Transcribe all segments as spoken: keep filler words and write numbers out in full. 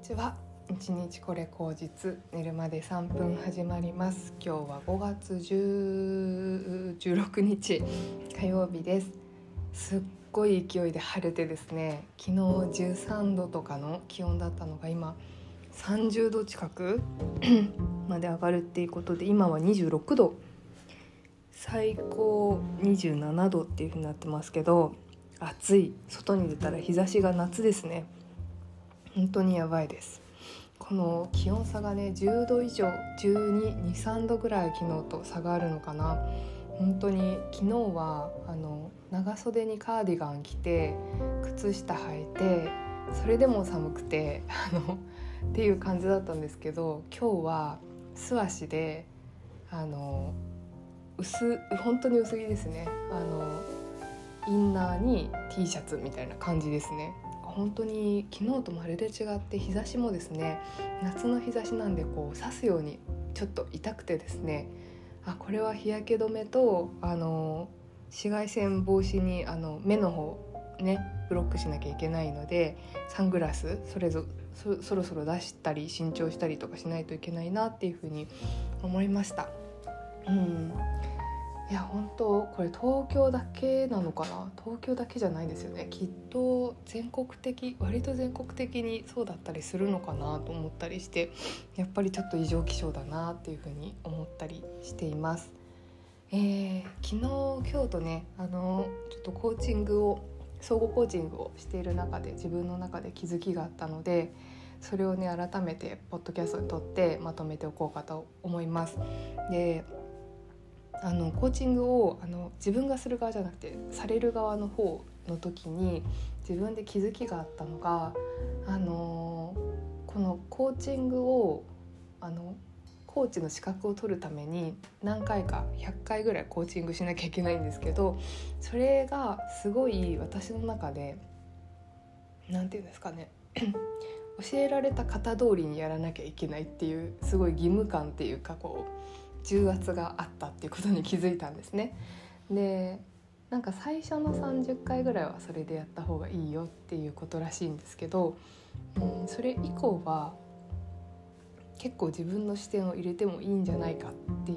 ちは。一日これ口実、寝るまでさんぷん始まります。今日はごがつじゅうろくにち火曜日です。すっごい勢いで晴れてですね、昨日じゅうさんどとかの気温だったのが今さんじゅうど近くまで上がるっていうことで、今はにじゅうろくど、最高にじゅうななどっていう風になってますけど、暑い。外に出たら日差しが夏ですね。本当にやばいです。この気温差がね、じゅうど以上、じゅうに、に、さんどぐらい昨日と差があるのかな。本当に昨日はあの長袖にカーディガン着て靴下履いて、それでも寒くてあのっていう感じだったんですけど、今日は素足であの薄本当に薄着ですね。あのインナーに T シャツみたいな感じですね。本当に昨日とまるで違って、日差しもですね、夏の日差しなんでこう刺すようにちょっと痛くてですね、あ、これは日焼け止めとあの紫外線防止にあの目の方ねブロックしなきゃいけないので、サングラスそれぞ そ, そろそろ出したり新調したりとかしないといけないなっていうふうに思いました。うんいや本当これ東京だけなのかな。東京だけじゃないですよね。きっと全国的、割と全国的にそうだったりするのかなと思ったりして、やっぱりちょっと異常気象だなっていうふうに思ったりしています。えー、昨日今日とね、あのちょっとコーチングを総合コーチングをしている中で自分の中で気づきがあったので、それをね改めてポッドキャストに撮ってまとめておこうかと思います。であのコーチングをあの自分がする側じゃなくてされる側の方の時に自分で気づきがあったのが、あのこのコーチングをあのコーチの資格を取るために何回かひゃっかいぐらいコーチングしなきゃいけないんですけど、それがすごい私の中でなんていうんですかね教えられた型通りにやらなきゃいけないっていうすごい義務感っていうか、こう重圧があったっていうことに気づいたんですね。でなんか最初のさんじゅっかいぐらいはそれでやった方がいいよっていうことらしいんですけど、うん、それ以降は結構自分の視点を入れてもいいんじゃないかっていう、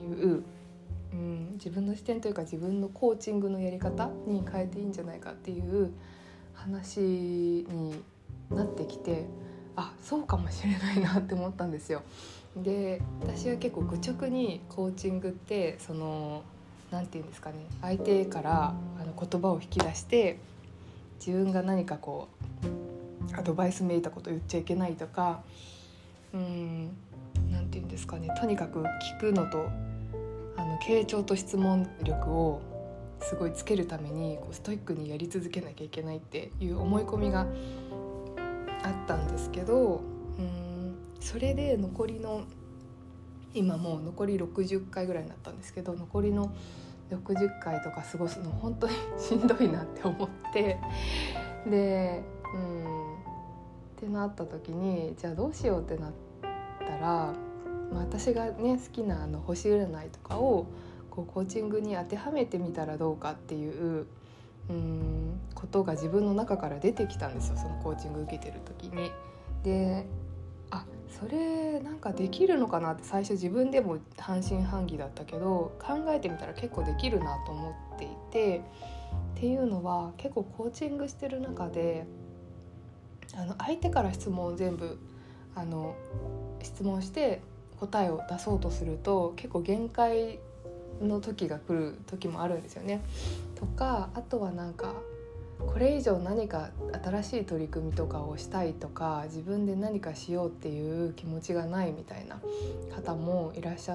うん、自分の視点というか自分のコーチングのやり方に変えていいんじゃないかっていう話になってきて、あ、そうかもしれないなって思ったんですよ。で私は結構愚直にコーチングってそのなんていうんですかね、相手からあの言葉を引き出して自分が何かこうアドバイスめいたこと言っちゃいけないとか、うーんなんていうんですかね、とにかく聞くのとあの傾聴と質問力をすごいつけるためにこうストイックにやり続けなきゃいけないっていう思い込みがあったんですけど、うーんそれで残りの今もう残りろくじゅっかいぐらいになったんですけど、残りのろくじゅっかいとか過ごすの本当にしんどいなって思って、でうんってなった時に、じゃあどうしようってなったら、まあ、私がね好きなあの星占いとかをこうコーチングに当てはめてみたらどうかっていううんことが自分の中から出てきたんですよ、そのコーチング受けてる時に。であ、それなんかできるのかなって最初自分でも半信半疑だったけど、考えてみたら結構できるなと思っていて、っていうのは結構コーチングしてる中であの相手から質問を全部あの質問して答えを出そうとすると結構限界の時が来る時もあるんですよね。とかあとはなんかこれ以上何か新しい取り組みとかをしたいとか自分で何かしようっていう気持ちがないみたいな方もいらっしゃって、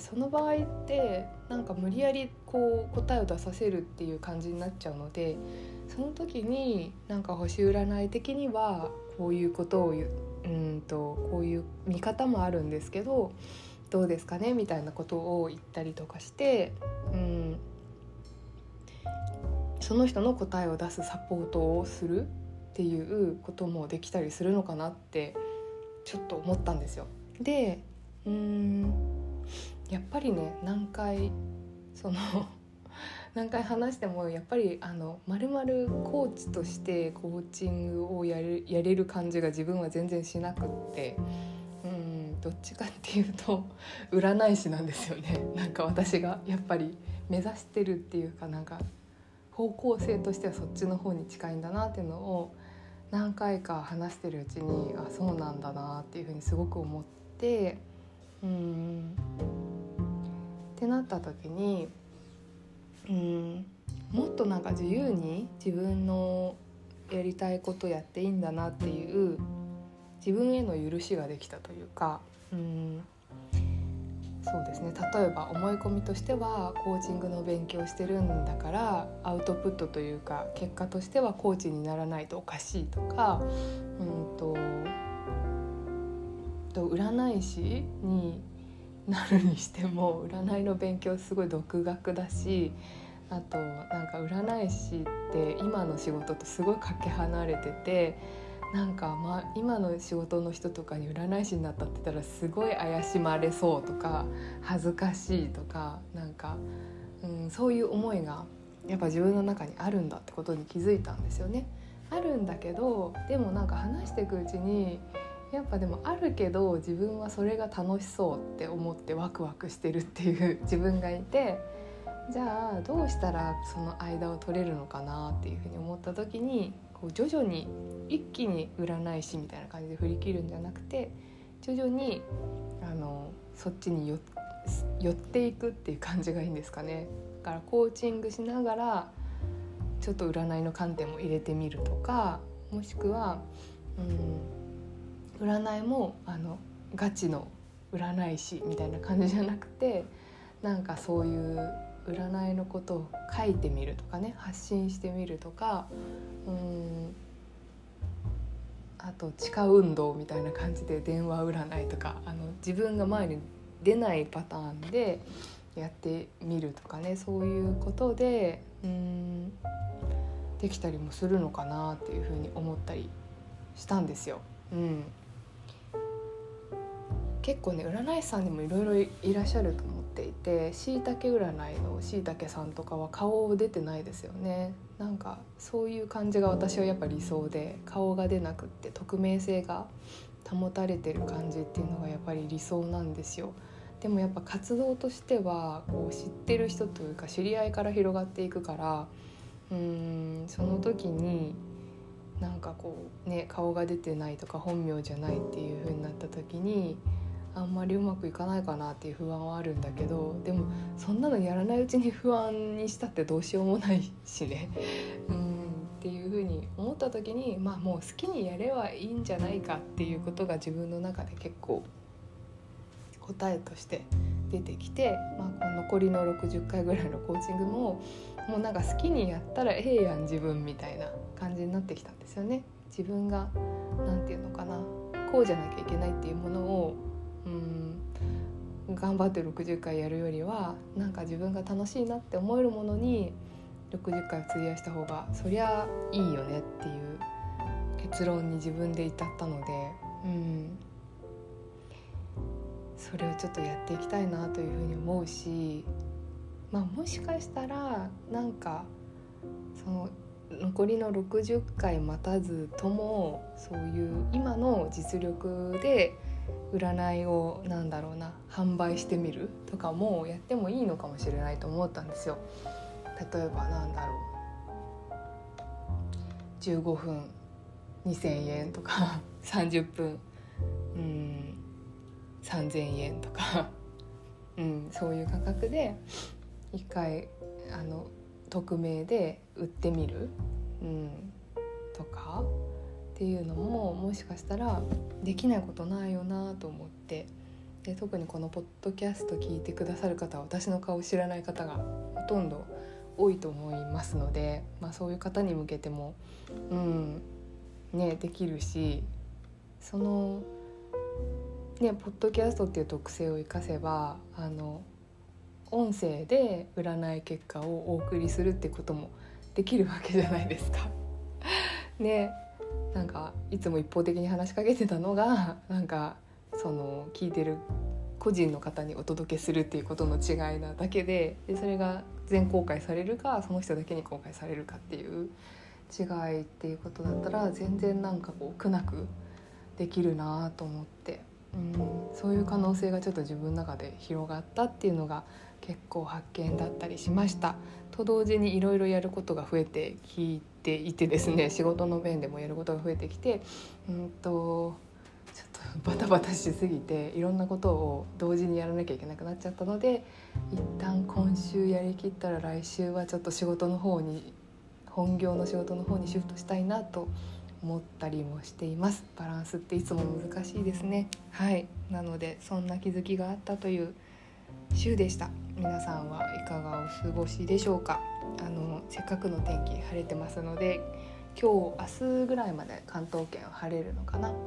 その場合ってなんか無理やりこう答えを出させるっていう感じになっちゃうので、その時になんか星占い的にはこういうことを言う、うんとこういう見方もあるんですけどどうですかねみたいなことを言ったりとかして、うんその人の答えを出すサポートをするっていうこともできたりするのかなってちょっと思ったんですよ。で、うーんやっぱりね何回その何回話してもやっぱりあの丸々コーチとしてコーチングをやる、やれる感じが自分は全然しなくって、うんどっちかっていうと占い師なんですよね。なんか私がやっぱり目指してるっていうか、なんか方向性としてはそっちの方に近いんだなっていうのを何回か話してるうちに、あそうなんだなっていうふうにすごく思って、うんってなった時に、うんもっとなんか自由に自分のやりたいことやっていいんだなっていう自分への許しができたというか、うんそうですね、例えば思い込みとしてはコーチングの勉強してるんだからアウトプットというか結果としてはコーチにならないとおかしいとか、うんとと占い師になるにしても占いの勉強すごい独学だし、あとなんか占い師って今の仕事とすごいかけ離れてて、なんかまあ今の仕事の人とかに占い師になったって言ったらすごい怪しまれそうとか恥ずかしいとか、なんか、うん、そういう思いがやっぱ自分の中にあるんだってことに気づいたんですよね。あるんだけど、でもなんか話していくうちにやっぱでもあるけど自分はそれが楽しそうって思ってワクワクしてるっていう自分がいて、じゃあどうしたらその間を取れるのかなっていうふうに思った時に、こう徐々に一気に占い師みたいな感じで振り切るんじゃなくて、徐々にあのそっちに 寄, 寄っていくっていう感じがいいんですかね。だからコーチングしながらちょっと占いの観点も入れてみるとか、もしくは、うん、占いもあのガチの占い師みたいな感じじゃなくて、なんかそういう占いのことを書いてみるとかね、発信してみるとか、うーんあと地下運動みたいな感じで電話占いとか、あの自分が前に出ないパターンでやってみるとかね、そういうことでうーんできたりもするのかなっていうふうに思ったりしたんですよ。うん結構ね占い師さんにもいろいろいらっしゃると思っていて、しいたけ占いのしいたけさんとかは顔出てないですよね。なんかそういう感じが私はやっぱ理想で、顔が出なくって匿名性が保たれてる感じっていうのがやっぱり理想なんですよ。でもやっぱ活動としてはこう知ってる人というか知り合いから広がっていくから、うーんその時になんかこうね顔が出てないとか本名じゃないっていう風になった時にあんまりうまくいかないかなっていう不安はあるんだけど、でもそんなのやらないうちに不安にしたってどうしようもないしねうんっていう風に思った時に、まあもう好きにやればいいんじゃないかっていうことが自分の中で結構答えとして出てきて、まあ、この残りのろくじゅっかいぐらいのコーチングももうなんか好きにやったらええやん自分みたいな感じになってきたんですよね。自分がなんていうのかな、こうじゃなきゃいけないっていうものをうん頑張ってろくじゅっかいやるよりは、なんか自分が楽しいなって思えるものにろくじゅっかい費やした方がそりゃいいよねっていう結論に自分で至ったので、うんそれをちょっとやっていきたいなというふうに思うし、まあ、もしかしたらなんかその残りのろくじゅっかい待たずともそういう今の実力で占いをなんだろうな販売してみるとかもやってもいいのかもしれないと思ったんですよ。例えばなんだろうじゅうごふんにせんえんとかさんじゅっぷんうんさんぜんえんとか、うん、そういう価格で一回あの匿名で売ってみる、うん、とかっていうのももしかしたらできないことないよなと思って、で特にこのポッドキャスト聞いてくださる方は私の顔を知らない方がほとんど多いと思いますので、まあ、そういう方に向けても、うんね、できるし、そのね、ポッドキャストっていう特性を生かせばあの音声で占い結果をお送りするってこともできるわけじゃないですかね、なんかいつも一方的に話しかけてたのがなんかその聞いてる個人の方にお届けするっていうことの違いなだけで、でそれが全公開されるかその人だけに公開されるかっていう違いっていうことだったら全然なんかこう苦なくできるなと思って、うん、そういう可能性がちょっと自分の中で広がったっていうのが結構発見だったりしました。と同時にいろいろやることが増えてきていてですね、仕事の面でもやることが増えてきて、うんとちょっとバタバタしすぎていろんなことを同時にやらなきゃいけなくなっちゃったので、一旦今週やりきったら来週はちょっと仕事の方に本業の仕事の方にシフトしたいなと思ったりもしています。バランスっていつも難しいですね。はい、なのでそんな気づきがあったという週でした。皆さんはいかがお過ごしでしょうか。あのせっかくの天気晴れてますので、今日明日ぐらいまで関東圏は晴れるのかな。うん、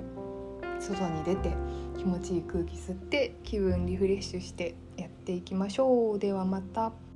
外に出て気持ちいい空気吸って気分リフレッシュしてやっていきましょう。ではまた。